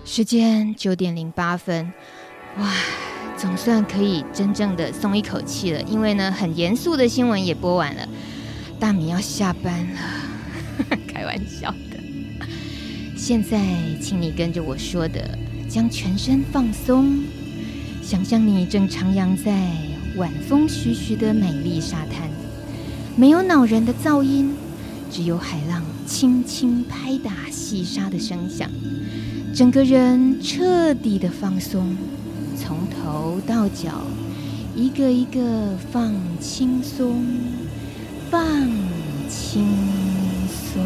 时间9:08，哇，总算可以真正的松一口气了。因为呢，很严肃的新闻也播完了，大米要下班了，开玩笑的。现在，请你跟着我说的，将全身放松，想象你正徜徉在晚风徐徐的美丽沙滩，没有恼人的噪音，只有海浪轻轻拍打细沙的声响。整个人彻底的放松，从头到脚，一个一个放轻松，放轻松。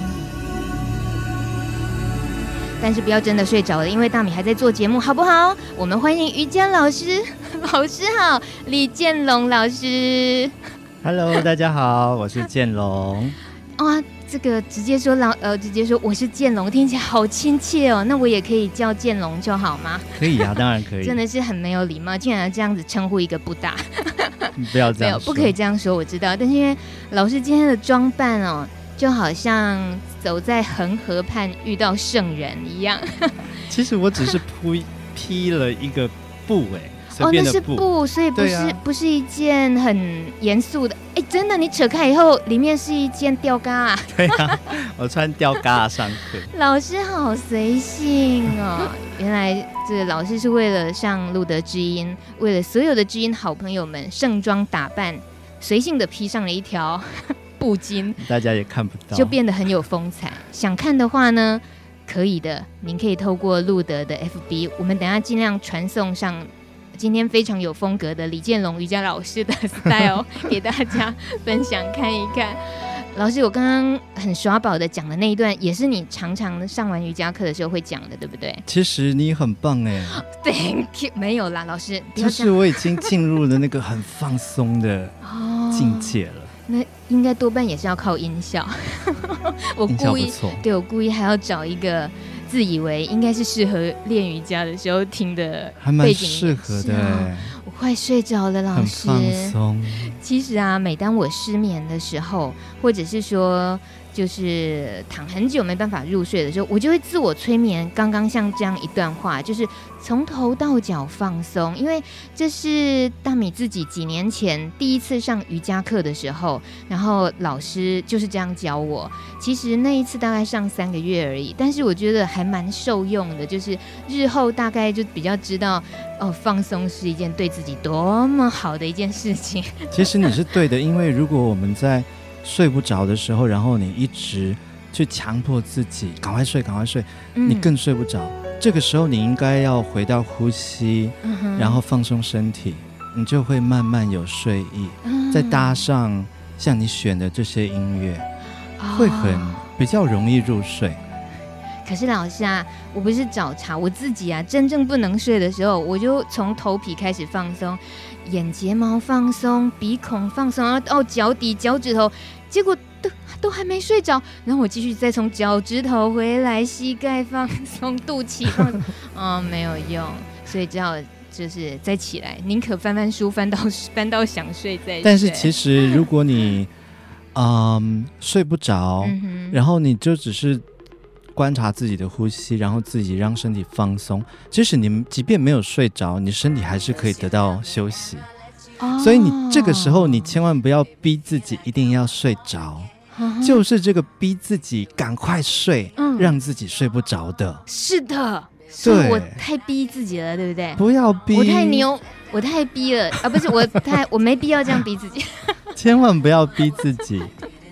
但是不要真的睡着了，因为大米还在做节目，好不好？我们欢迎瑜伽老师，老师好，李建龙老师。 Hello， 大家好，我是建龙。 哇，这个直接说直接说我是建龙，听起来好亲切哦。那我也可以叫建龙就好吗？ 可以啊，当然可以。 真的是很没有礼貌，竟然这样子称呼一个不大。 不要这样说，没有， 不可以这样说，我知道。但是因为老师今天的装扮哦，就好像走在恒河畔遇到圣人一样。 其实我只是披了一个布哦，那是布，所以不是一件很严肃的。哎，真的，你扯开以后，里面是一件吊嘎啊。 对啊，我穿吊嘎上课。 老师好随性哦，原来这个老师是为了上路德之音，为了所有的知音好朋友们盛装打扮，随性的披上了一条布巾， 大家也看不到， 就变得很有风采。想看的话呢，可以的，您可以透过路德的 FB， 我们等一下尽量传送上今天非常有风格的李建龙瑜伽老师的 style 给大家分享看一看。老师，我刚刚很耍宝的讲的那一段，也是你常常上完瑜伽课的时候会讲的，对不对？ 其实你很棒 Thank you， 没有啦，老师， 就是我已经进入了那个很放松的境界了。 那应该多半也是要靠音效。我故意还要找一个自以为应该是适合练瑜伽的时候听的背景，还蛮适合的。 我快睡着了，老师。 很放松。 其实啊，每当我失眠的时候，或者是说就是躺很久没办法入睡的时候，我就会自我催眠。刚刚像这样一段话，就是从头到脚放松。因为这是大米自己几年前第一次上瑜伽课的时候，然后老师就是这样教我。其实那一次大概上3个月而已，但是我觉得还蛮受用的，就是日后大概就比较知道放松是一件对自己多么好的一件事情。 其实你是对的，因为如果我们在睡不着的时候，然后你一直去强迫自己赶快睡赶快睡，你更睡不着。这个时候你应该要回到呼吸，然后放松身体，你就会慢慢有睡意。再搭上像你选的这些音乐，会比较容易入睡。 可是老师啊，我不是找茬，我自己啊，真正不能睡的时候，我就从头皮开始放松，眼睫毛放松，鼻孔放松，然后到脚底、脚趾头，结果都还没睡着，然后我继续再从脚趾头回来，膝盖放松，肚脐放松，没有用，所以只好就是再起来，宁可翻翻书，翻到想睡再睡。 但是其实如果你睡不着，然后你就只是观察自己的呼吸，然后自己让身体放松，即使你即便没有睡着，你身体还是可以得到休息。所以你这个时候你千万不要逼自己一定要睡着，就是这个逼自己赶快睡，让自己睡不着的。 是的，所以我太逼自己了，对不对？ 不要逼， 我太牛，我太逼了啊！不是我没必要这样逼自己。 千万不要逼自己。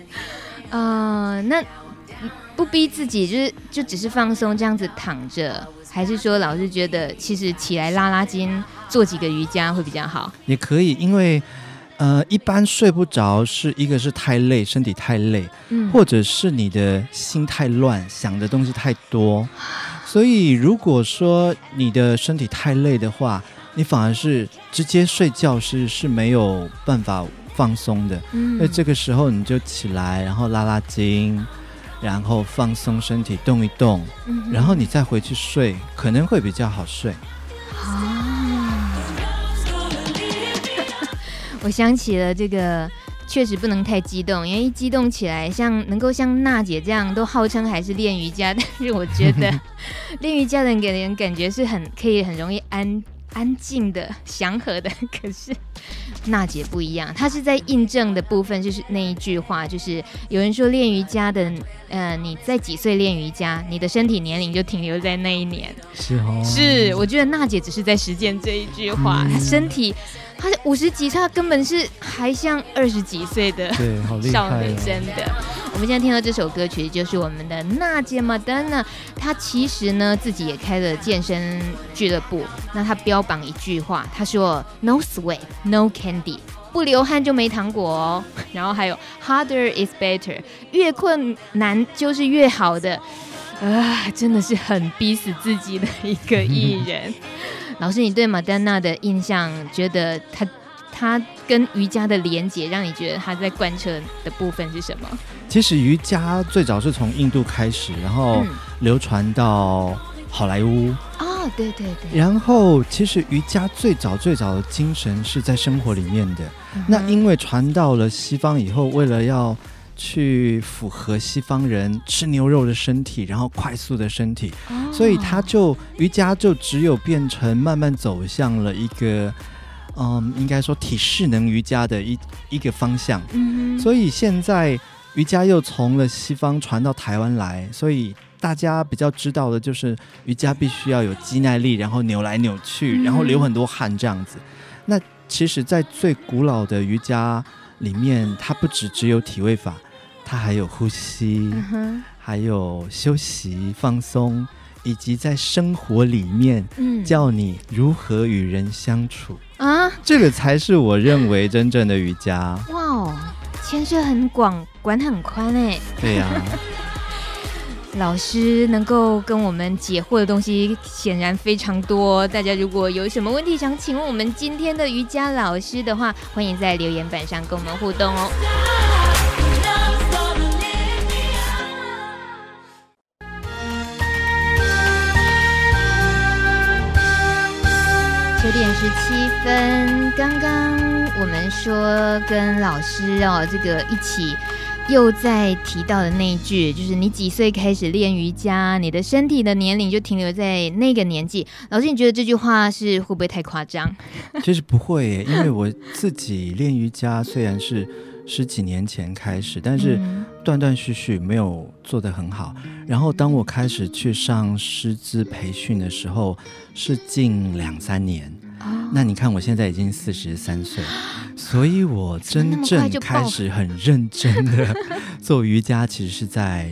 那不逼自己，就只是放松这样子躺着，还是说老师觉得其实起来拉拉筋，做几个瑜伽会比较好？也可以，因为一般睡不着是一个是太累，身体太累，或者是你的心太乱，想的东西太多。所以如果说你的身体太累的话，你反而是直接睡觉是没有办法放松的。所以这个时候你就起来，然后拉拉筋，然后放松身体，动一动，然后你再回去睡，可能会比较好睡。我想起了这个确实不能太激动，因为一激动起来，能够像娜姐这样都号称还是练瑜伽，但是我觉得练瑜伽的人给人感觉是可以很容易安静的、祥和的，可是娜姐不一样，她是在印证的部分，就是那一句话，就是有人说练瑜伽的，你在几岁练瑜伽，你的身体年龄就停留在那一年。 是哦， 是，我觉得娜姐只是在实践这一句话，她身体，她50几岁，她根本是还像20几岁的少女，真的。我们现在听到这首歌曲就是我们的娜姐Madonna，她其实呢自己也开了健身俱乐部。那她标榜一句话，她说 No sweat, no candy， 不流汗就没糖果哦。然后还有 Harder is better， 越困难就是越好的。真的是很逼死自己的一个艺人。老师，你对Madonna的印象，觉得他跟瑜伽的连结，让你觉得他在贯彻的部分是什么？ 其实瑜伽最早是从印度开始，然后流传到好莱坞。对对对。然后其实瑜伽最早的精神是在生活里面的。那因为传到了西方以后，为了要去符合西方人吃牛肉的身体，然后快速的身体，所以瑜伽就只有变成慢慢走向了一个应该说体适能瑜伽的一个方向。所以现在瑜伽又从了西方传到台湾来，所以大家比较知道的就是瑜伽必须要有肌耐力，然后扭来扭去，然后流很多汗这样子。那其实在最古老的瑜伽里面，它不只有体位法，它还有呼吸，还有休息放松，以及在生活里面教你如何与人相处这个才是我认为真正的瑜伽。 哇哦，牵涉很广，管很宽哎。 对呀。 老师能够跟我们解惑的东西显然非常多，大家如果有什么问题想请问我们今天的瑜伽老师的话，欢迎在留言板上跟我们互动哦。9点17分，刚刚我们说跟老师这个一起又在提到的那一句，就是你几岁开始练瑜伽，你的身体的年龄就停留在那个年纪。老师，你觉得这句话会不会太夸张？ 其实不会耶，因为我自己练瑜伽虽然是10几年前开始，但是断断续续没有做得很好。然后当我开始去上师资培训的时候，是近2-3年。那你看我现在已经43岁，所以我真正开始很认真的做瑜伽其实是在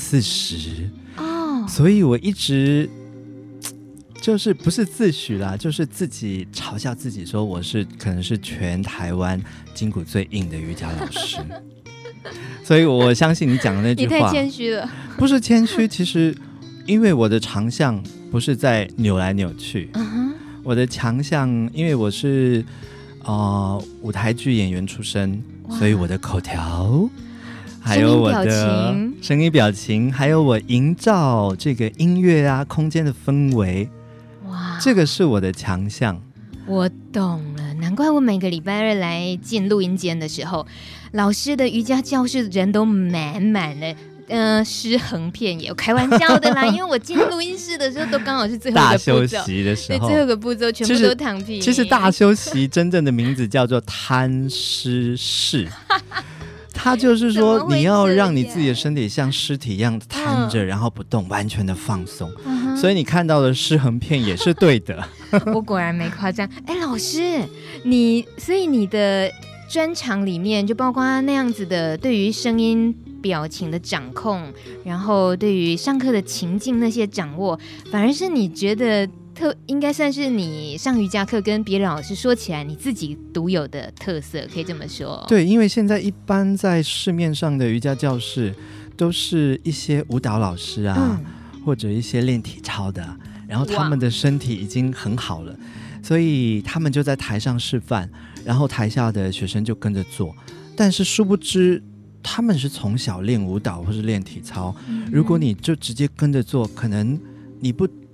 40。所以我一直就是不是自诩啦，就是自己嘲笑自己说我可能是全台湾筋骨最硬的瑜伽老师。所以我相信你讲的那句话， 你太谦虚了。 不是谦虚，其实因为我的长项不是在扭来扭去，我的强项，因为我是舞台剧演员出身，所以我的口条，还有我的声音表情，还有我营造这个音乐空间的氛围，这个是我的强项。 我懂了，难怪我每个礼拜2来进录音间的时候，老师的瑜伽教室人都满满的。尸横遍野，我开玩笑的啦，因为我进录音室的时候都刚好是最后一个步骤，大休息的时候， 对，最后一个步骤全部都躺平。 其实大休息真正的名字叫做摊尸室。它就是说你要让你自己的身体像尸体一样瘫着，然后不动，完全的放松。所以你看到的尸横遍野是对的。 我果然没夸张。老师，所以你的专长里面就包括那样子的对于声音表情的掌控，然后对于上课的情境那些掌握，反而是你觉得应该算是你上瑜伽课跟别的老师说起来你自己独有的特色，可以这么说。 对，因为现在一般在市面上的瑜伽教室都是一些舞蹈老师或者一些练体操的，然后他们的身体已经很好了，所以他们就在台上示范，然后台下的学生就跟着做。但是殊不知他们是从小练舞蹈或是练体操，如果你就直接跟着做，可能你不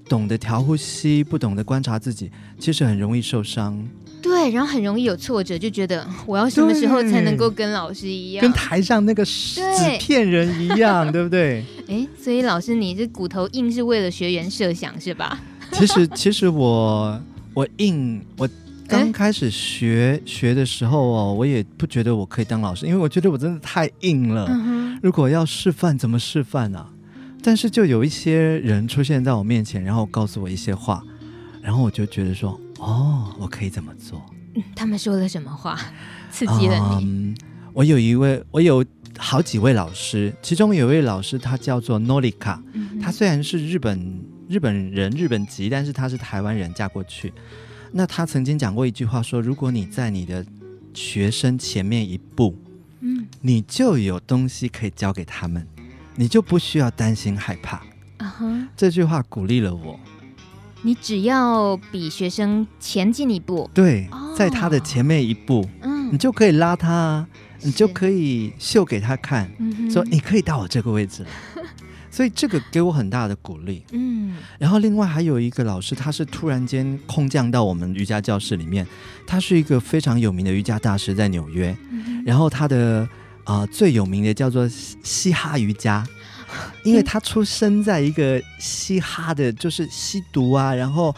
懂得调呼吸，不懂得观察自己，其实很容易受伤。 对，然后很容易有挫折，就觉得我要什么时候才能够跟老师一样， 跟台上那个纸片人一样，对不对？ 所以老师你这骨头硬是为了学员设想是吧？ 其实我刚开始学的时候哦，我也不觉得我可以当老师，因为我觉得我真的太硬了。如果要示范，怎么示范啊？但是就有一些人出现在我面前，然后告诉我一些话，然后我就觉得说，哦，我可以这么做。 他们说了什么话刺激了你？ 我有好几位老师，其中有一位老师他叫做 Norika，他虽然是日本人，日本籍，但是他是台湾人嫁过去。那他曾经讲过一句话说，如果你在你的学生前面一步，你就有东西可以教给他们，你就不需要担心害怕。这句话鼓励了我。 你只要比学生前进一步， 对，在他的前面一步，你就可以拉他，你就可以秀给他看，说你可以到我这个位置了。所以这个给我很大的鼓励。然后另外还有一个老师，他是突然间空降到我们瑜伽教室里面，他是一个非常有名的瑜伽大师，在纽约。然后他的最有名的叫做嘻哈瑜伽，因为他出生在一个嘻哈的，就是吸毒啊，然后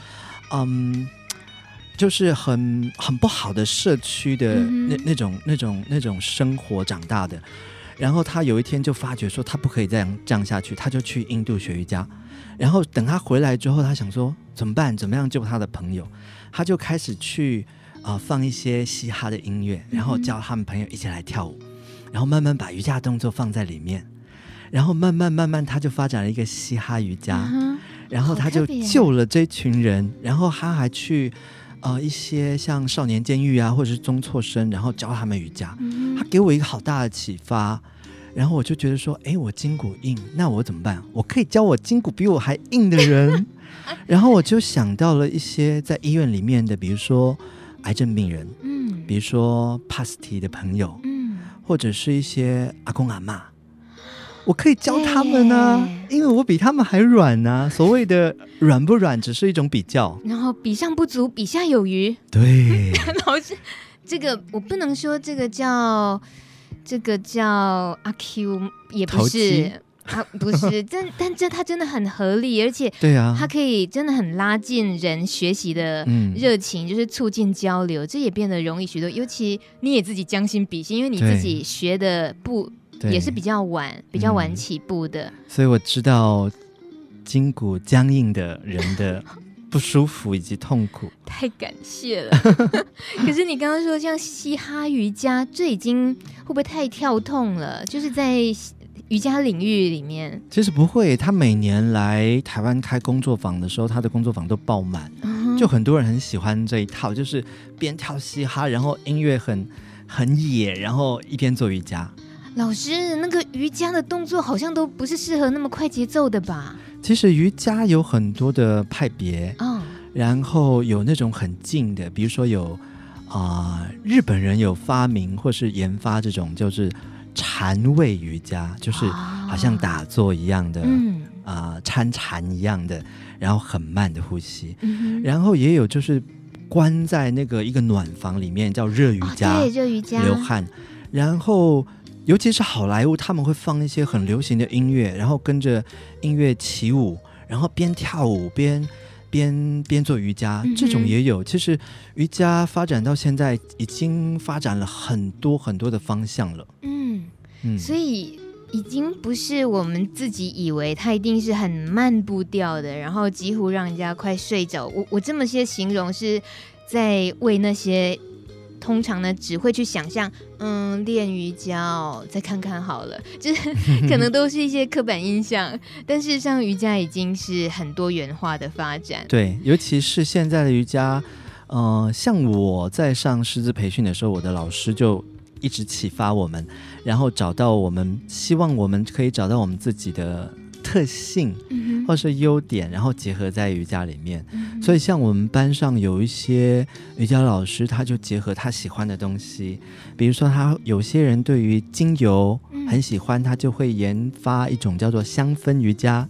就是很不好的社区的那种生活长大的。然后他有一天就发觉说他不可以这样下去，他就去印度学瑜伽。然后等他回来之后，他想说怎么办，怎么样救他的朋友，他就开始去放一些嘻哈的音乐，然后叫他们朋友一起来跳舞，然后慢慢把瑜伽动作放在里面，然后慢慢他就发展了一个嘻哈瑜伽。然后他就救了这群人，然后他还去一些像少年监狱啊，或者是中辍生，然后教他们瑜伽。他给我一个好大的启发，然后我就觉得说，我筋骨硬，那我怎么办？我可以教我筋骨比我还硬的人。然后我就想到了一些在医院里面的，比如说癌症病人，比如说帕斯提的朋友，或者是一些阿公阿嬷，我可以教他们啊，因为我比他们还软啊。所谓的软不软只是一种比较， 然后比上不足，比下有余。对，老师，这个我不能说这个叫阿 Q， 也不是不是，但这它真的很合理，而且对啊，它可以真的很拉近人学习的热情，就是促进交流，这也变得容易许多。尤其你也自己将心比心，因为你自己学的也是比较晚起步的，所以我知道筋骨僵硬的人的不舒服以及痛苦。 太感谢了。可是你刚刚说像嘻哈瑜伽，这已经会不会太跳痛了？就是在瑜伽领域里面。 其实不会，他每年来台湾开工作坊的时候，他的工作坊都爆满，就很多人很喜欢这一套，就是边跳嘻哈，然后音乐很野，然后一边做瑜伽。 老师，那个瑜伽的动作好像都不是适合那么快节奏的吧？ 其实瑜伽有很多的派别，然后有那种很静的，比如说有日本人有发明或是研发这种就是禅位瑜伽，就是好像打坐一样的，参禅一样的，然后很慢的呼吸，然后也有就是关在那个一个暖房里面叫热瑜伽， 对，热瑜伽流汗，然后尤其是好莱坞他们会放一些很流行的音乐，然后跟着音乐起舞，然后边跳舞边做瑜伽，这种也有。其实瑜伽发展到现在已经发展了很多很多的方向了。 所以已经不是我们自己以为它一定是很慢步调的，然后几乎让人家快睡着。我这么些形容是在为那些通常呢只会去想象练瑜伽再看看好了，就是可能都是一些刻板印象。但事实上瑜伽已经是很多元化的发展。 对，尤其是现在的瑜伽像我在上师资培训的时候，我的老师就一直启发我们，然后希望我们可以找到我们自己的特性或是优点，然后结合在瑜伽里面。所以像我们班上有一些瑜伽老师，他就结合他喜欢的东西，比如说有些人对于精油很喜欢，他就会研发一种叫做香氛瑜伽。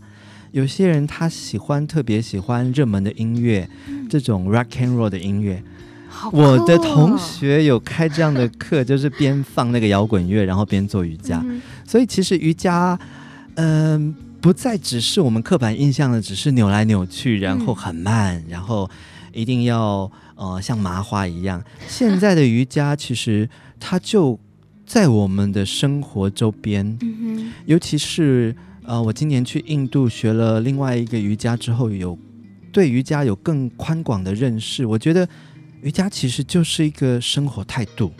有些人他特别喜欢热门的音乐，这种 rock and roll 的音乐。我的同学有开这样的课，就是边放那个摇滚乐，然后边做瑜伽。所以其实瑜伽，不再只是我们刻板印象的，只是扭来扭去，然后很慢，然后一定要像麻花一样。现在的瑜伽其实它就在我们的生活周边，尤其是我今年去印度学了另外一个瑜伽之后，对瑜伽有更宽广的认识。我觉得瑜伽其实就是一个生活态度。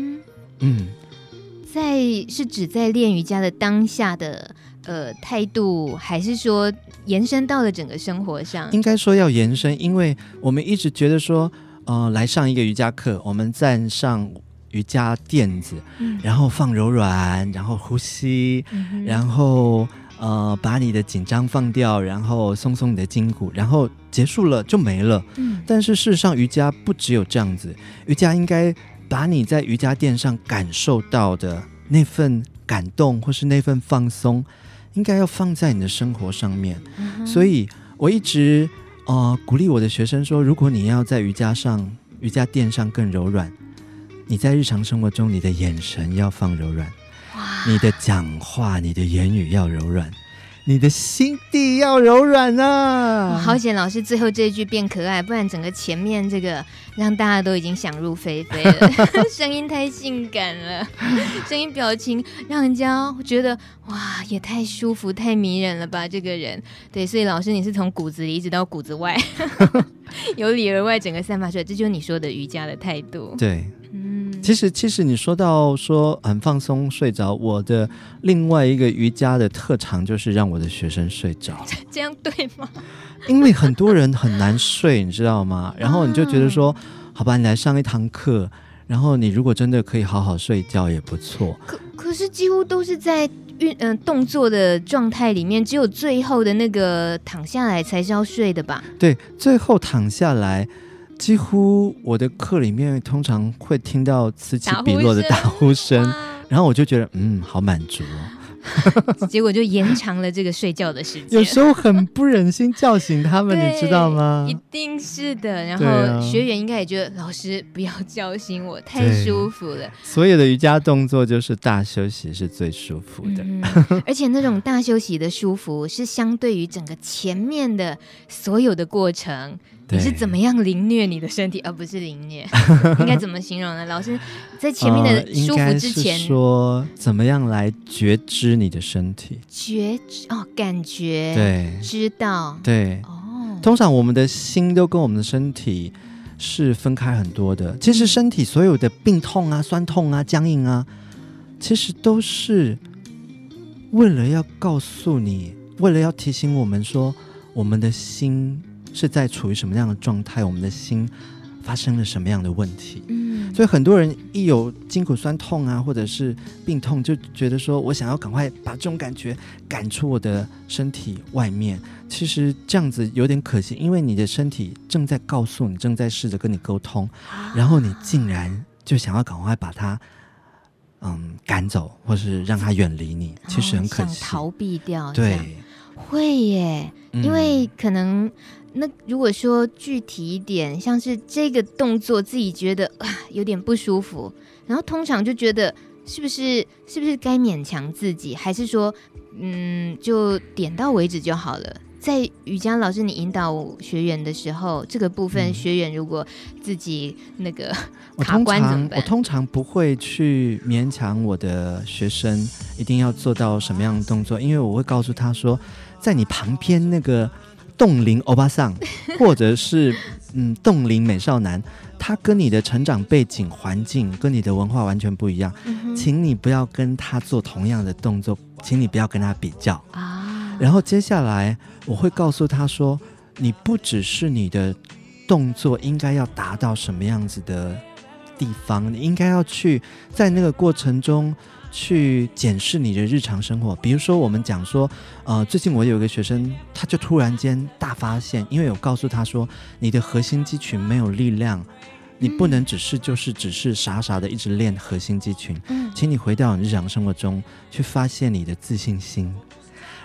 是指在练瑜伽的当下的态度，还是说延伸到了整个生活上？应该说要延伸，因为我们一直觉得说来上一个瑜伽课，我们站上瑜伽垫子，然后放柔软，然后呼吸，然后把你的紧张放掉，然后松松你的筋骨，然后结束了就没了。但是事实上瑜伽不只有这样子，瑜伽应该把你在瑜伽垫上感受到的那份感动或是那份放松，应该要放在你的生活上面。所以我一直鼓励我的学生说，如果你要在瑜伽垫上更柔软，你在日常生活中你的眼神要放柔软，你的讲话你的言语要柔软，你的心地要柔软啊！ 好险老师最后这一句变可爱，不然整个前面这个让大家都已经想入非非了。声音太性感了，声音表情让人家觉得哇，也太舒服太迷人了吧这个人。对，所以老师你是从骨子里一直到骨子外由里而外整个散发出来，这就是你说的瑜伽的态度。 对，其实你说到说很放松睡着，我的另外一个瑜伽的特长就是让我的学生睡着。 这样对吗？ 因为很多人很难睡你知道吗？然后你就觉得说好吧，你来上一堂课，然后你如果真的可以好好睡觉也不错。 可是几乎都是在动作的状态里面，只有最后的那个躺下来才是要睡的吧？ 对，最后躺下来几乎我的课里面通常会听到此起彼落的大呼声，然后我就觉得好满足结果就延长了这个睡觉的时间。 有时候很不忍心叫醒他们你知道吗？ 一定是的。然后学员应该也觉得老师不要叫醒我，太舒服了。 所有的瑜伽动作就是大休息是最舒服的。 而且那种大休息的舒服是相对于整个前面的所有的过程，你是怎么样凌虐你的身体，而不是凌虐应该怎么形容呢？老师在前面的舒服之前， 应该是说怎么样来觉知你的身体， 感觉， 对， 知道， 对，通常我们的心都跟我们的身体是分开很多的。其实身体所有的病痛啊、酸痛啊、僵硬啊，其实都是为了要告诉你，为了要提醒我们说，我们的心是在处于什么样的状态，我们的心发生了什么样的问题。所以很多人一有筋骨酸痛啊，或者是病痛，就觉得说我想要赶快把这种感觉赶出我的身体外面。其实这样子有点可惜，因为你的身体正在告诉你，正在试着跟你沟通，然后你竟然就想要赶快把它赶走，或是让它远离你，其实很可惜， 想逃避掉。 对， 会耶，因为可能那如果说具体一点，像是这个动作自己觉得有点不舒服，然后通常就觉得是不是该勉强自己，还是说就点到为止就好了。在瑜伽老师你引导学员的时候，这个部分学员如果自己那个卡关怎么办？ 我通常不会去勉强我的学生一定要做到什么样的动作，因为我会告诉他说，在你旁边那个冻龄欧巴桑或者是冻龄美少男，他跟你的成长背景环境跟你的文化完全不一样，请你不要跟他做同样的动作，请你不要跟他比较然后接下来我会告诉他说，你不只是你的动作应该要达到什么样子的地方，你应该要去在那个过程中去检视你的日常生活。比如说我们讲说最近我有一个学生，他就突然间大发现，因为我告诉他说，你的核心肌群没有力量，你不能只是傻傻的一直练核心肌群，请你回到你日常生活中去发现你的自信心，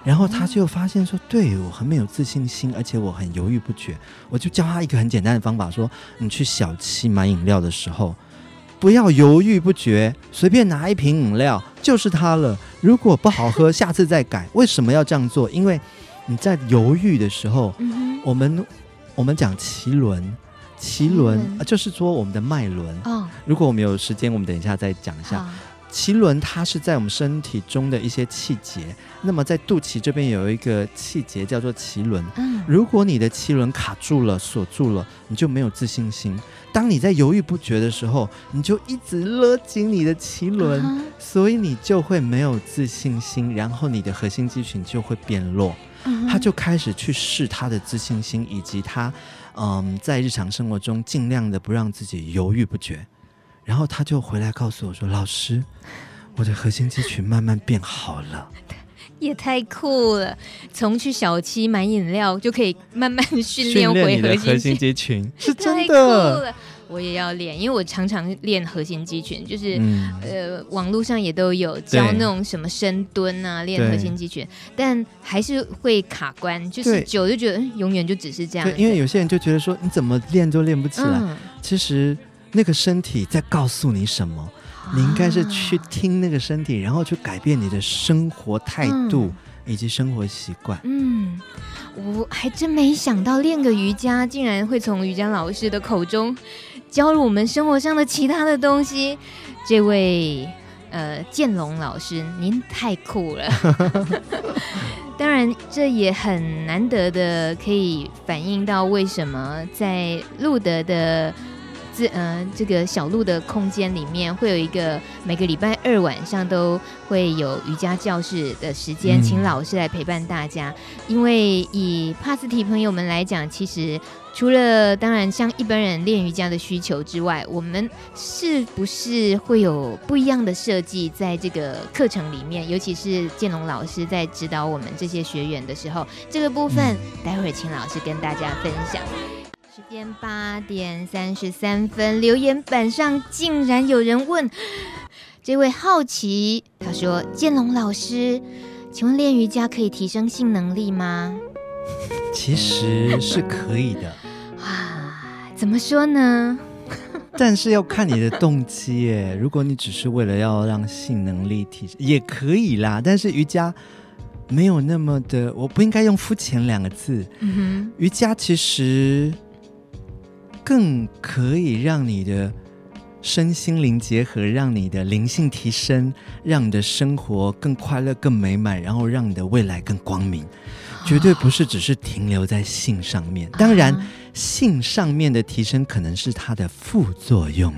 然后他就发现说，对，我很没有自信心，而且我很犹豫不决。我就教他一个很简单的方法，说你去小七买饮料的时候，不要犹豫不决，随便拿一瓶饮料就是它了。如果不好喝，下次再改。为什么要这样做？因为你在犹豫的时候，我们讲脐轮，就是说我们的脉轮。如果我们有时间，我们等一下再讲一下。脐轮它是在我们身体中的一些气节，那么在肚脐这边有一个气节叫做脐轮。如果你的脐轮卡住了、锁住了，你就没有自信心。当你在犹豫不决的时候，你就一直勒紧你的脐轮，所以你就会没有自信心，然后你的核心肌群就会变弱。他就开始去试他的自信心，以及他在日常生活中尽量的不让自己犹豫不决。然后他就回来告诉我说，老师，我的核心肌群慢慢变好了。 也太酷了，从去小七买饮料就可以慢慢训练回核心肌群，是真的。 太酷了，我也要练，因为我常常练核心肌群，就是网络上也都有教那种什么深蹲啊，练核心肌群，但还是会卡关，就是久就觉得永远就只是这样。 对，因为有些人就觉得说，你怎么练都练不起来，其实那个身体在告诉你什么，你应该是去听那个身体，然后去改变你的生活态度以及生活习惯。 我还真没想到练个瑜伽竟然会从瑜伽老师的口中教入我们生活上的其他的东西。这位建龙老师，您太酷了。当然这也很难得的可以反映到为什么在路德的这个小路的空间里面会有一个每个礼拜二晚上都会有瑜伽教室的时间，请老师来陪伴大家。因为以帕斯提朋友们来讲，其实除了当然像一般人练瑜伽的需求之外，我们是不是会有不一样的设计在这个课程里面，尤其是建龙老师在指导我们这些学员的时候，这个部分待会儿请老师跟大家分享。时间8:33，留言板上竟然有人问，这位好奇，他说：建龙老师，请问练瑜伽可以提升性能力吗？ 其实是可以的。 怎么说呢？ 但是要看你的动机耶。如果你只是为了要让性能力提升，也可以啦。但是瑜伽没有那么的，我不应该用肤浅2个字。瑜伽其实更可以让你的身心灵结合，让你的灵性提升，让你的生活更快乐更美满，然后让你的未来更光明。绝对不是只是停留在性上面。当然性上面的提升可能是它的副作用。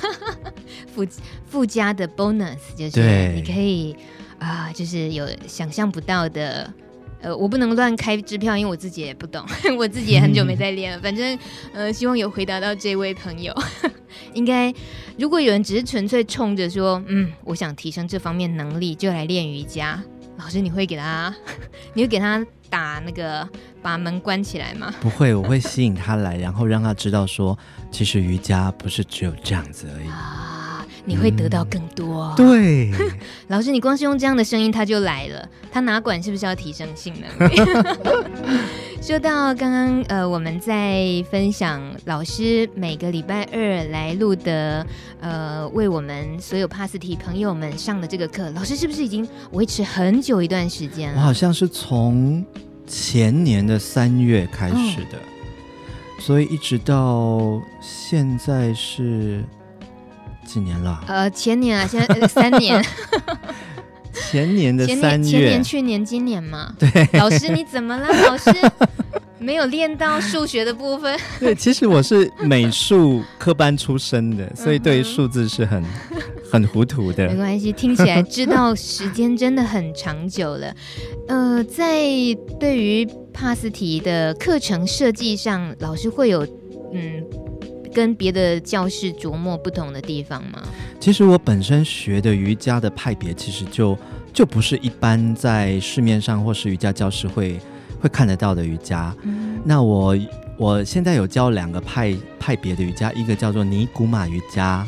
附加的 bonus 就是你可以就是有想象不到的。我不能乱开支票，因为我自己也不懂，我自己也很久没在练了。反正希望有回答到这位朋友。应该如果有人只是纯粹冲着说我想提升这方面能力就来练瑜伽，老师你会给他打那个把门关起来吗？不会，我会吸引他来，然后让他知道说其实瑜伽不是只有这样子而已你会得到更多。 对， 老师你光是用这样的声音他就来了，他哪管是不是要提升性能力。说到刚刚我们在分享老师每个礼拜二来录的为我们所有帕斯提朋友们上的这个课，老师是不是已经维持很久一段时间了？ 我好像是从前年的3月开始的，所以一直到现在是几年了？ 前年啊，现在3年。 前年的3月， 前年、去年、今年嘛。 对， 老师你怎么了？老师没有练到数学的部分。 对，其实我是美术科班出身的，所以对于数字是很糊涂的。 没关系，听起来知道时间真的很长久了。在对于帕斯提的课程设计上，老师会有跟别的教室琢磨不同的地方吗？ 其实我本身学的瑜伽的派别其实就不是一般在市面上或是瑜伽教室会看得到的瑜伽。那我现在有教2个派别的瑜伽，一个叫做尼古马瑜伽，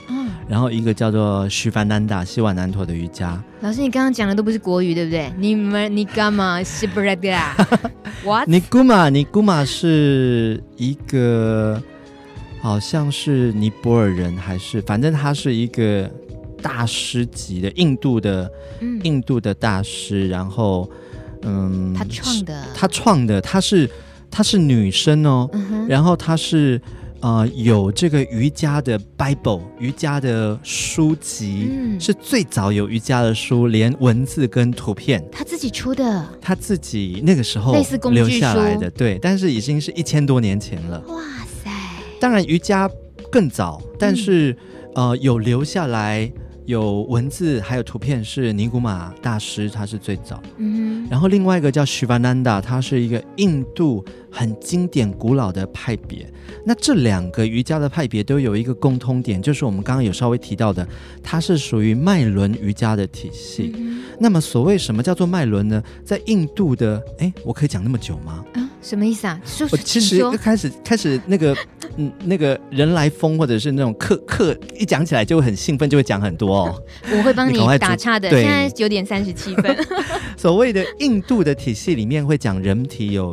然后一个叫做须凡南达西瓦南陀的瑜伽。 老师，你刚刚讲的都不是国语对不对？你干嘛是不是的啊？What？ 尼古玛是一个好像是尼泊尔人，还是反正他是一个大师级的印度的大师，然后他创的，她是女生哦，然后她是有这个瑜伽的 Bible 瑜伽的书籍，是最早有瑜伽的书，连文字跟图片他自己出的， 他自己那个时候类似工具书留下来的，对，但是已经是1000多年前了。 哇塞！ 当然瑜伽更早，但是有留下来有文字还有图片是尼古玛大师，他是最早。然后另外一个叫 Shivananda， 他是一个印度很经典古老的派别。那这2个瑜伽的派别都有一个共通点，就是我们刚刚有稍微提到的，它是属于脉轮瑜伽的体系。那么所谓什么叫做脉轮呢？在印度的，我可以讲那么久吗？ 什么意思啊？ 我其实开始那个人来疯，或者是那种课一讲起来就会很兴奋，就会讲很多哦。 我会帮你打岔的，现在9点37分。 所谓的印度的体系里面会讲人体有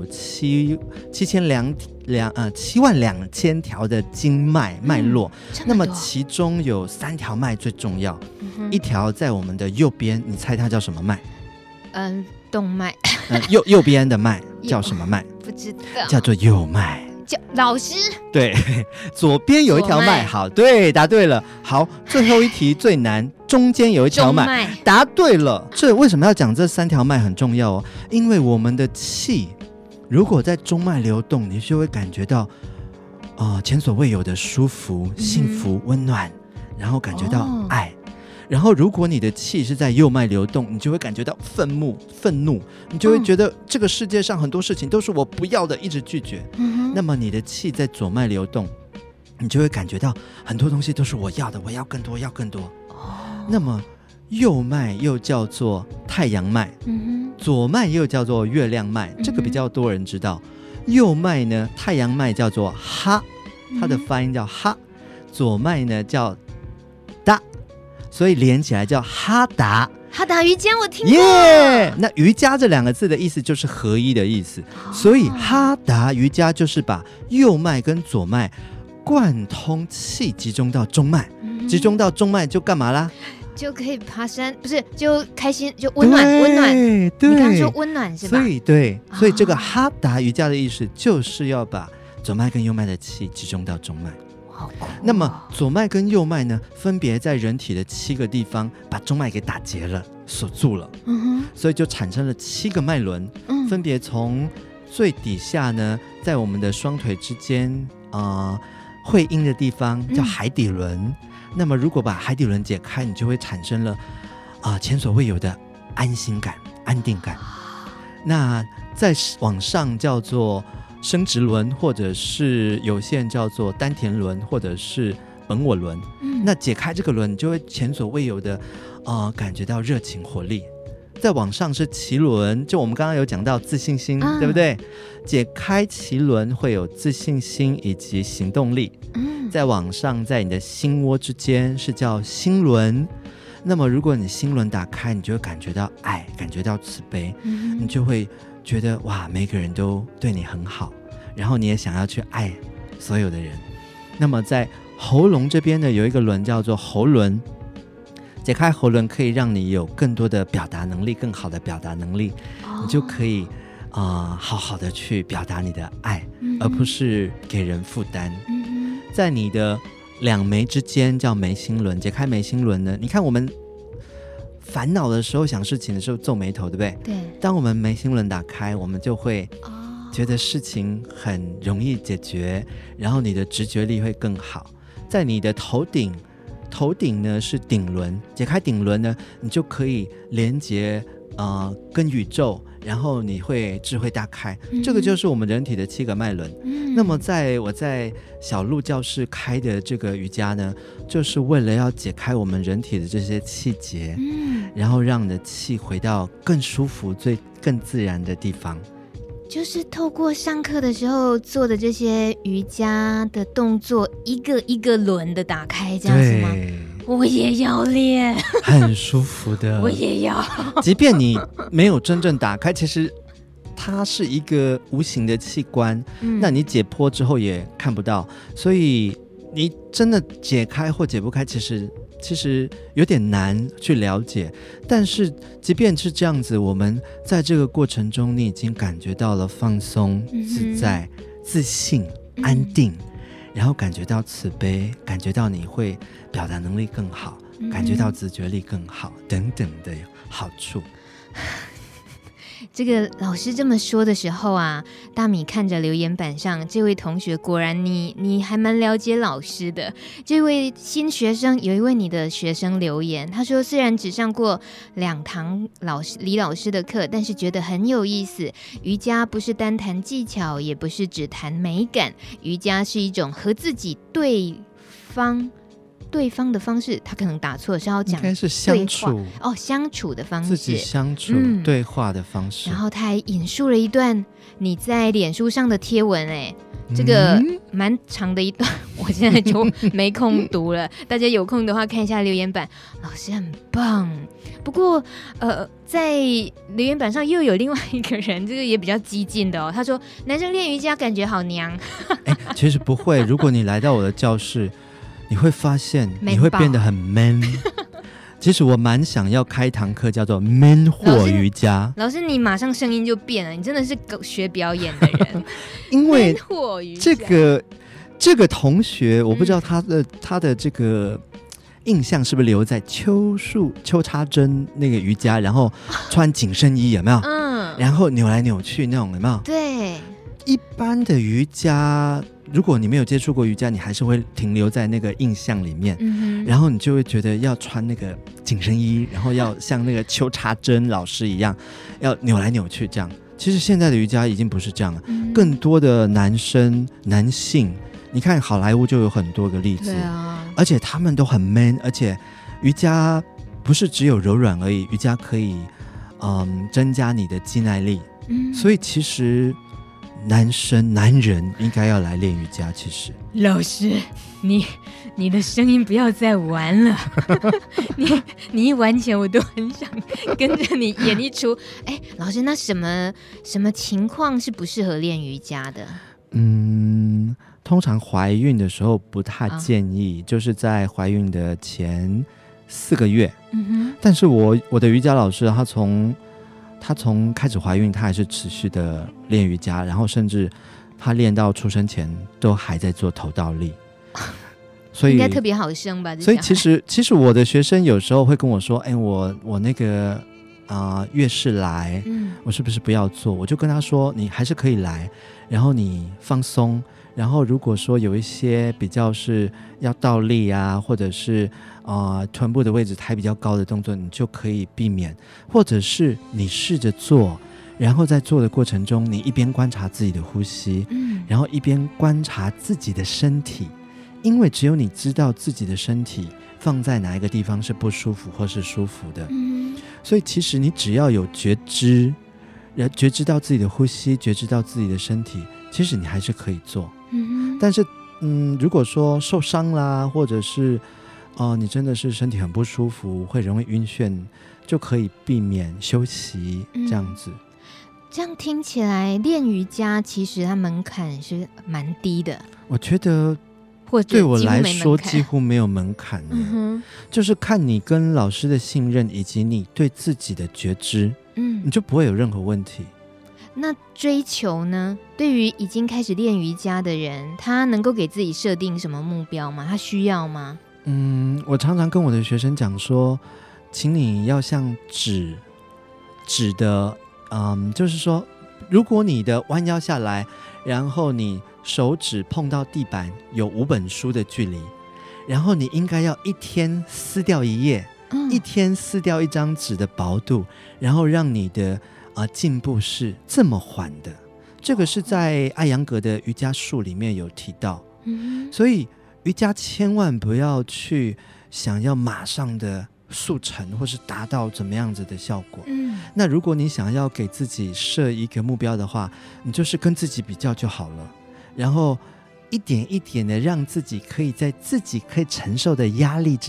72000条的经脉脉络，那么其中有3条脉最重要，一条在我们的右边，你猜它叫什么脉？ 动脉。 右边的脉叫什么脉？ 不知道， 叫做右脉。 老师， 对，左边有一条脉，好，对，答对了。好，最后一题最难，中间有一条脉，答对了。这为什么要讲这3条脉很重要哦？因为我们的气如果在中脉流动，你就会感觉到前所未有的舒服、幸福、温暖，然后感觉到爱。然后如果你的气是在右脉流动，你就会感觉到愤怒，你就会觉得这个世界上很多事情都是我不要的，一直拒绝。那么你的气在左脉流动，你就会感觉到很多东西都是我要的，我要更多，要更多。那么右脉又叫做太阳脉，左脉又叫做月亮脉，这个比较多人知道。右脉呢，太阳脉叫做哈，它的发音叫哈，左脉呢叫达，所以连起来叫哈达。 哈达瑜伽我听过。 那瑜伽这2个字的意思就是合一的意思，所以哈达瑜伽就是把右脉跟左脉贯通气集中到中脉，集中到中脉就干嘛啦？ 就可以爬山，不是就开心，就温暖。 对， 你刚刚说温暖是吧？ 所以这个哈达瑜伽的意思就是要把左脉跟右脉的气集中到中脉。 好酷。 那么左脉跟右脉呢，分别在人体的7个地方把中脉给打结了，锁住了。所以就产生了7个脉轮，分别从最底下呢，在我们的双腿之间会阴的地方叫海底轮。那么如果把海底轮解开，你就会产生了前所未有的安心感、安定感。那再往上叫做生殖轮，或者是有些人叫做丹田轮，或者是本我轮。那解开这个轮，你就会前所未有的感觉到热情活力。再往上是脐轮，就我们刚刚有讲到自信心，对不对？解开脐轮会有自信心以及行动力。再往上，在你的心窝之间是叫心轮。那么如果你心轮打开，你就会感觉到爱，感觉到慈悲，你就会觉得哇，每个人都对你很好，然后你也想要去爱所有的人。那么在喉咙这边呢，有一个轮叫做喉轮，解开喉轮可以让你有更多的表达能力，更好的表达能力，你就可以好好的去表达你的爱，而不是给人负担。在你的2眉之间叫眉心轮，解开眉心轮呢，你看我们烦恼的时候，想事情的时候皱眉头，对不对？ 对。 当我们眉心轮打开，我们就会觉得事情很容易解决，然后你的直觉力会更好。在你的头顶呢是顶轮，解开顶轮呢，你就可以连接跟宇宙，然后你会智慧大开。这个就是我们人体的7个脉轮。那么我在小鹿教室开的这个瑜伽呢，就是为了要解开我们人体的这些气结，然后让你的气回到更舒服、更自然的地方。 就是透过上课的时候做的这些瑜伽的动作，一个一个轮的打开，这样子吗？ 我也要练， 很舒服的。 我也要。 即便你没有真正打开，其实它是一个无形的器官，那你解剖之后也看不到，所以你真的解开或解不开，其实有点难去了解。但是即便是这样子，我们在这个过程中，你已经感觉到了放松、自在、自信、安定，然后感觉到慈悲，感觉到你会表达能力更好，感觉到直觉力更好等等的好处。 这个老师这么说的时候啊，大米看着留言板上这位同学，果然你还蛮了解老师的。这位新学生，有一位你的学生留言，他说虽然只上过2堂李老师的课，但是觉得很有意思。瑜伽不是单谈技巧，也不是只谈美感，瑜伽是一种和自己对方的方式，他可能打错，是要讲应该是相处相处的方式， 自己相处、对话的方式。 然后他还引述了一段你在脸书上的贴文，这个蛮长的一段，我现在就没空读了。大家有空的话看一下留言板，老师很棒。不过在留言板上又有另外一个人，这个也比较激进的他说男生练瑜伽感觉好娘。 其实不会，如果你来到我的教室，你会发现你会变得很 man。其实我蛮想要开一堂课叫做 man 或瑜伽。 老师你马上声音就变了，你真的是学表演的人。 因为 man 或瑜伽这个同学，我不知道他的这个印象是不是留在秋插针那个瑜伽，然后穿紧身衣有没有？然后扭来扭去那种有没有？ 对， 一般的瑜伽，如果你没有接触过瑜伽，你还是会停留在那个印象里面，然后你就会觉得要穿那个紧身衣，然后要像那个邱插针老师一样要扭来扭去这样。其实现在的瑜伽已经不是这样了，更多的男性，你看好莱坞就有很多个例子，而且他们都很 man， 而且瑜伽不是只有柔软而已，瑜伽可以增加你的肌耐力，所以其实男人应该要来练瑜伽。其实老师你的声音不要再玩了。你一玩起来我都很想跟着你演一出。老师，那什么情况是不适合练瑜伽的？ 通常怀孕的时候不太建议，就是在怀孕的前4个月。但是我的瑜伽老师他从开始怀孕，他还是持续的练瑜伽，然后甚至他练到出生前都还在做头倒立。所以应该特别好生吧？ 所以其实我的学生有时候会跟我说，我那个月事来，我是不是不要做？我就跟他说，你还是可以来，然后你放松，然后如果说有一些比较是要倒立啊，或者是臀部的位置抬比较高的动作，你就可以避免，或者是你试着做，然后在做的过程中，你一边观察自己的呼吸，然后一边观察自己的身体，因为只有你知道自己的身体放在哪一个地方是不舒服或是舒服的，所以其实你只要有觉知到自己的呼吸，觉知到自己的身体，其实你还是可以做。但是如果说受伤啦，或者是你真的是身体很不舒服，会容易晕眩，就可以避免休息这样子。 这样听起来练瑜伽其实它门槛是蛮低的， 我觉得对我来说几乎没有门槛，就是看你跟老师的信任以及你对自己的觉知，你就不会有任何问题。 那追求呢？对于已经开始练瑜伽的人，他能够给自己设定什么目标吗？他需要吗？ 我常常跟我的学生讲说，请你要像纸的，就是说，如果你的弯腰下来，然后你手指碰到地板有5本书的距离，然后你应该要一天撕掉1页，一天撕掉1张纸的薄度，然后让你的进步是这么缓的。这个是在艾扬格的瑜伽术里面有提到，所以瑜伽千万不要去想要马上的速成或是达到怎么样子的效果。那如果你想要给自己设一个目标的话，你就是跟自己比较就好了，然后一点一点的让自己可以在自己可以承受的压力之下，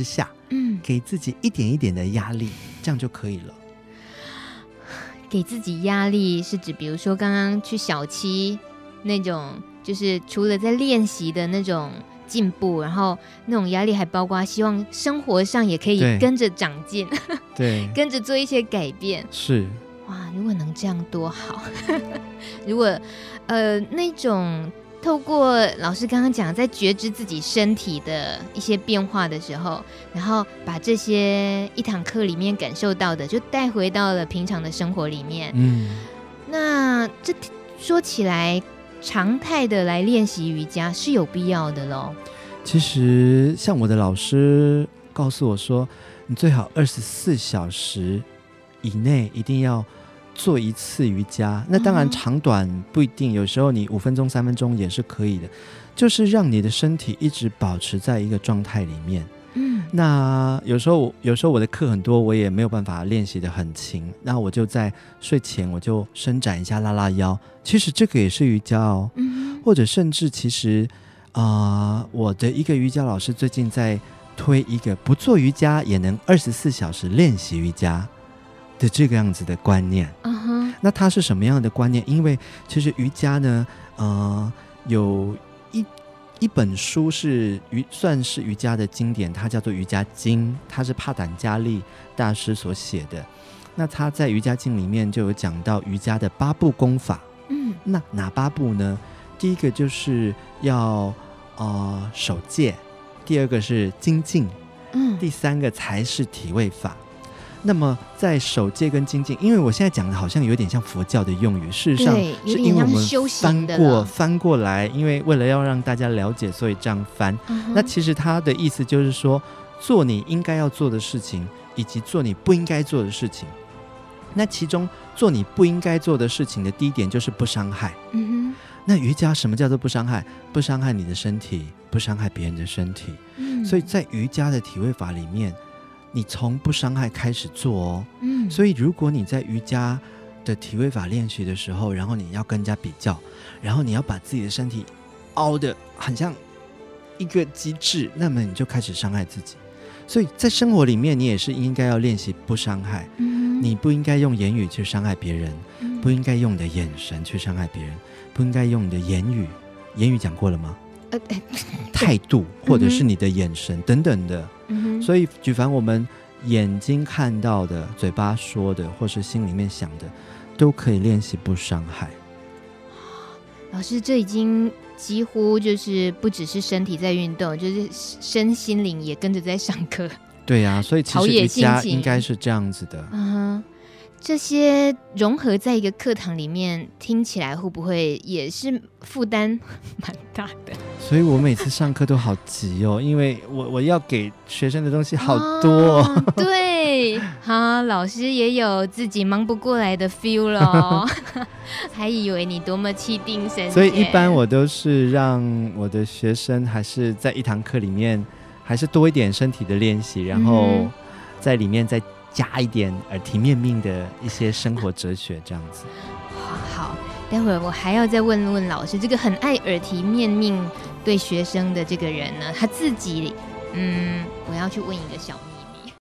给自己一点一点的压力，这样就可以了。 给自己压力是指比如说刚刚去小七那种，就是除了在练习的那种进步，然后那种压力还包括希望生活上也可以跟着长进， 对， 跟着做一些改变。 是， 哇，如果能这样多好。如果那种透过老师刚刚讲在觉知自己身体的一些变化的时候，然后把这些一堂课里面感受到的就带回到了平常的生活里面，那这说起来常态的来练习瑜伽是有必要的咯。 其实像我的老师告诉我说，你最好24小时以内一定要做一次瑜伽，那当然长短不一定，有时候你5分钟3分钟也是可以的，就是让你的身体一直保持在一个状态里面。那有时候我的课很多，我也没有办法练习得很勤，那我就在睡前我就伸展一下，拉拉腰，其实这个也是瑜伽哦。或者甚至其实我的一个瑜伽老师最近在推一个不做瑜伽也能24小时练习瑜伽的这个样子的观念。那它是什么样的观念？因为其实瑜伽呢有一本书是算是瑜伽的经典，它叫做瑜伽经，它是帕坦加利大师所写的。那他在瑜伽经里面就有讲到瑜伽的8步功法。那哪8步呢？第一个就是要守戒，第二个是精进，第三个才是体位法。那么在守戒跟精进，因为我现在讲的好像有点像佛教的用语，事实上是因为我们翻过来，因为为了要让大家了解，所以这样翻。那其实他的意思就是说，做你应该要做的事情，以及做你不应该做的事情。那其中做你不应该做的事情的第一点就是不伤害。那瑜伽什么叫做不伤害？不伤害你的身体，不伤害别人的身体。所以在瑜伽的体位法里面，你从不伤害开始做哦。所以如果你在瑜伽的体位法练习的时候，然后你要跟人家比较，然后你要把自己的身体凹得很像一个机制，那么你就开始伤害自己。所以在生活里面，你也是应该要练习不伤害。你不应该用言语去伤害别人，不应该用你的眼神去伤害别人，不应该用你的言语讲过了吗？态度或者是你的眼神等等的。所以举凡我们眼睛看到的，嘴巴说的，或是心里面想的，都可以练习不伤害。 老师，这已经几乎就是不只是身体在运动，就是身心灵也跟着在上课。对啊， 所以其实瑜伽应该是这样子的。 这些融合在一个课堂里面，听起来会不会也是负担蛮大的？ 所以我每次上课都好急哦，因为我要给学生的东西好多。 对，好，老师也有自己忙不过来的 feel 了。还以为你多么气定神闲。 所以一般我都是让我的学生还是在一堂课里面还是多一点身体的练习，然后在里面再加一点耳提面命的一些生活哲学，这样子。 好，待会儿我还要再问问老师，这个很爱耳提面命对学生的这个人呢，他自己我要去问一个小秘密。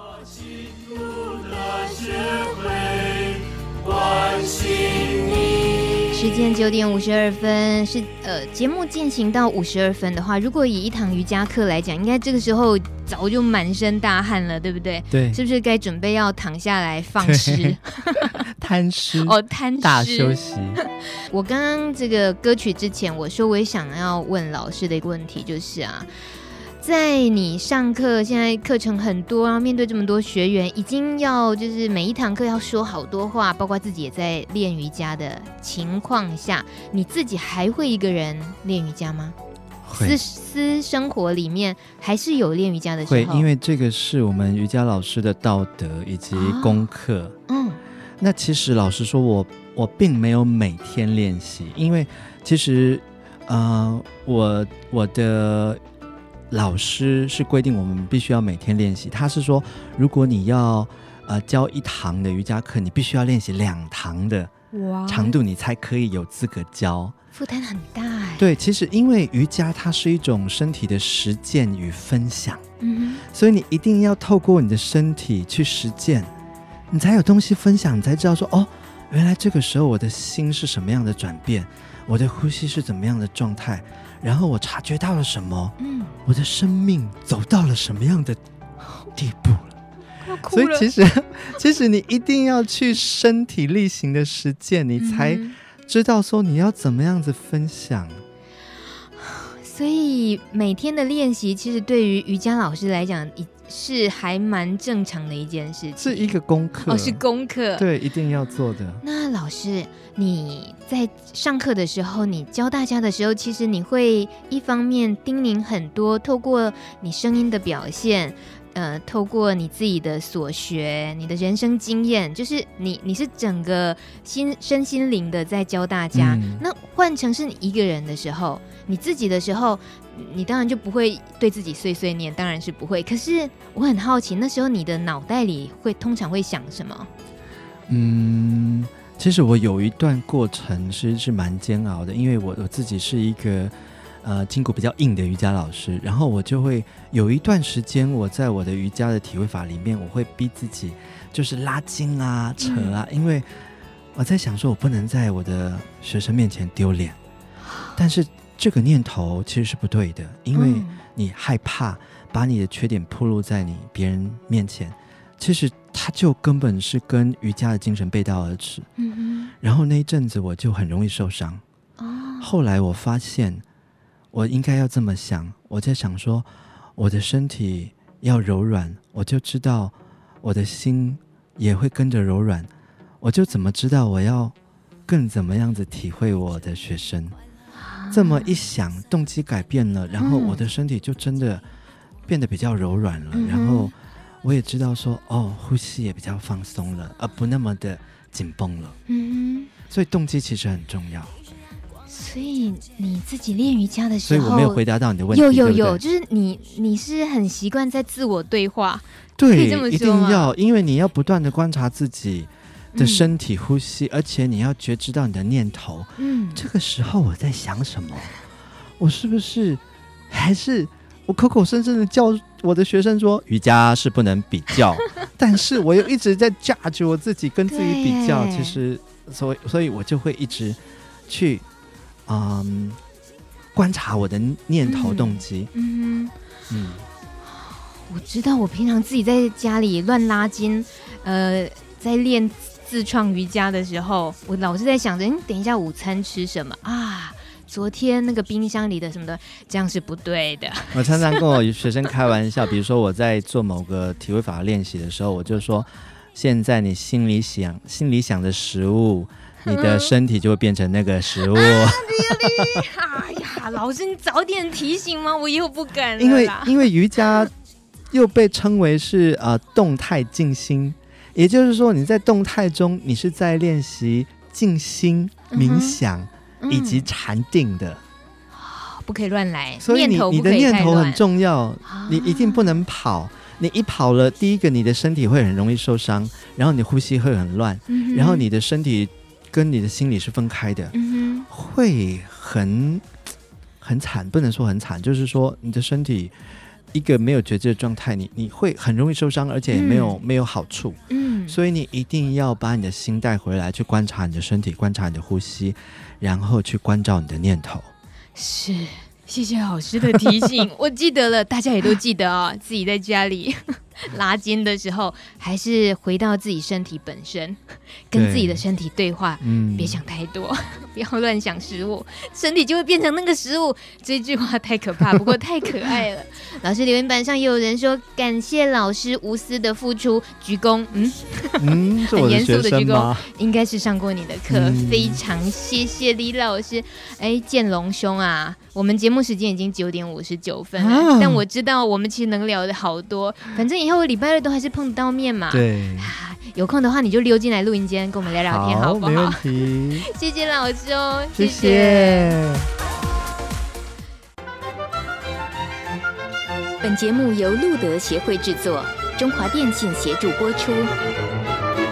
时间9点52分，是节目进行到52分的话，如果以一堂瑜伽课来讲，应该这个时候早就满身大汗了，对不对？ 对， 是不是该准备要躺下来放尸？ 摊尸摊尸大休息。 我刚刚这个歌曲之前，我说我也想要问老师的一个问题，就是在你上课，现在课程很多，然后面对这么多学员，已经要就是每一堂课要说好多话，包括自己也在练瑜伽的情况下，你自己还会一个人练瑜伽吗？私生活里面还是有练瑜伽的时候？ 会，因为这个是我们瑜伽老师的道德以及功课。那其实老实说，我并没有每天练习，因为其实我的老师是规定我们必须要每天练习。他是说，如果你要教1堂的瑜伽课，你必须要练习2堂的长度，你才可以有资格教。 负担很大。 对，其实因为瑜伽它是一种身体的实践与分享。 所以你一定要透过你的身体去实践，你才有东西分享，你才知道说哦，原来这个时候我的心是什么样的转变，我的呼吸是怎么样的状态，然后我察觉到了什么，我的生命走到了什么样的地步了。所以其实你一定要去身体力行的实践，你才知道说你要怎么样子分享。 所以每天的练习其实对于瑜伽老师来讲是还蛮正常的一件事情， 是一个功课。 是功课， 对，一定要做的。 那老师你在上课的时候，你教大家的时候，其实你会一方面叮咛很多，透过你声音的表现，透过你自己的所学，你的人生经验，就是你是整个身心灵的在教大家。那换成是你一个人的时候，你自己的时候，你当然就不会对自己碎碎念，当然是不会。可是我很好奇，那时候你的脑袋里通常会想什么？ 其实我有一段过程是蛮煎熬的，因为我自己是一个筋骨比较硬的瑜伽老师，然后我就会有一段时间，我在我的瑜伽的体会法里面，我会逼自己就是拉筋啊、扯啊，因为我在想说我不能在我的学生面前丢脸，但是这个念头其实是不对的，因为你害怕把你的缺点暴露在别人面前，其实它就根本是跟瑜伽的精神背道而驰。然后那一阵子我就很容易受伤。后来我发现我应该要这么想，我在想说我的身体要柔软，我就知道我的心也会跟着柔软，我就怎么知道我要更怎么样子体会我的学生。这么一想，动机改变了，然后我的身体就真的变得比较柔软了，然后我也知道说呼吸也比较放松了，而不那么的紧绷了。所以动机其实很重要。 所以你自己练瑜伽的时候， 所以我没有回答到你的问题。 有， 对对， 就是你是很习惯在自我对话， 对， 可以这么说吗？ 一定要，因为你要不断的观察自己的身体呼吸，而且你要觉知到你的念头。这个时候我在想什么？我是不是还是我口口声声的叫我的学生说瑜伽是不能比较，但是我又一直在 judge 我自己，跟自己比较。其实，所以我就会一直去观察我的念头动机。 我知道我平常自己在家里乱拉筋，在练自创瑜伽的时候，我老是在想着等一下午餐吃什么啊，昨天那个冰箱里的什么的，这样是不对的。 我常常跟我学生开玩笑，比如说我在做某个体会法练习的时候，我就说现在你心里想的食物，你的身体就会变成那个食物。 哎呀，老师你早点提醒吗？我以后不敢了啦。 因为瑜伽又被称为是动态静心，也就是说你在动态中你是在练习静心、冥想以及禅定的。 不可以乱来， 所以你的念头很重要，你一定不能跑。你一跑了，第一个你的身体会很容易受伤，然后你的呼吸会很乱，然后你的身体跟你的心理是分开的，会很惨，不能说很惨，就是说你的身体一个没有觉知的状态，你会很容易受伤，而且也没有好处。所以你一定要把你的心带回来，去观察你的身体，观察你的呼吸，然后去关照你的念头。 是，谢谢老师的提醒，我记得了，大家也都记得自己在家里拉筋的时候，还是回到自己身体本身，跟自己的身体对话，别想太多，不要乱想食物，身体就会变成那个食物。这句话太可怕，不过太可爱了。老师留言板上也有人说感谢老师无私的付出，鞠躬。很严肃的鞠躬，应该是上过你的课，非常谢谢李老师。建龙兄啊，我们节目时间已经9点59分了，但我知道我们其实能聊的好多，反正以后礼拜二都还是碰得到面嘛。 对， 有空的话你就溜进来录音间跟我们聊聊天，好不好？ 没问题。 谢谢老师哦， 谢谢。 本节目由路德协会制作，中华电信协助播出。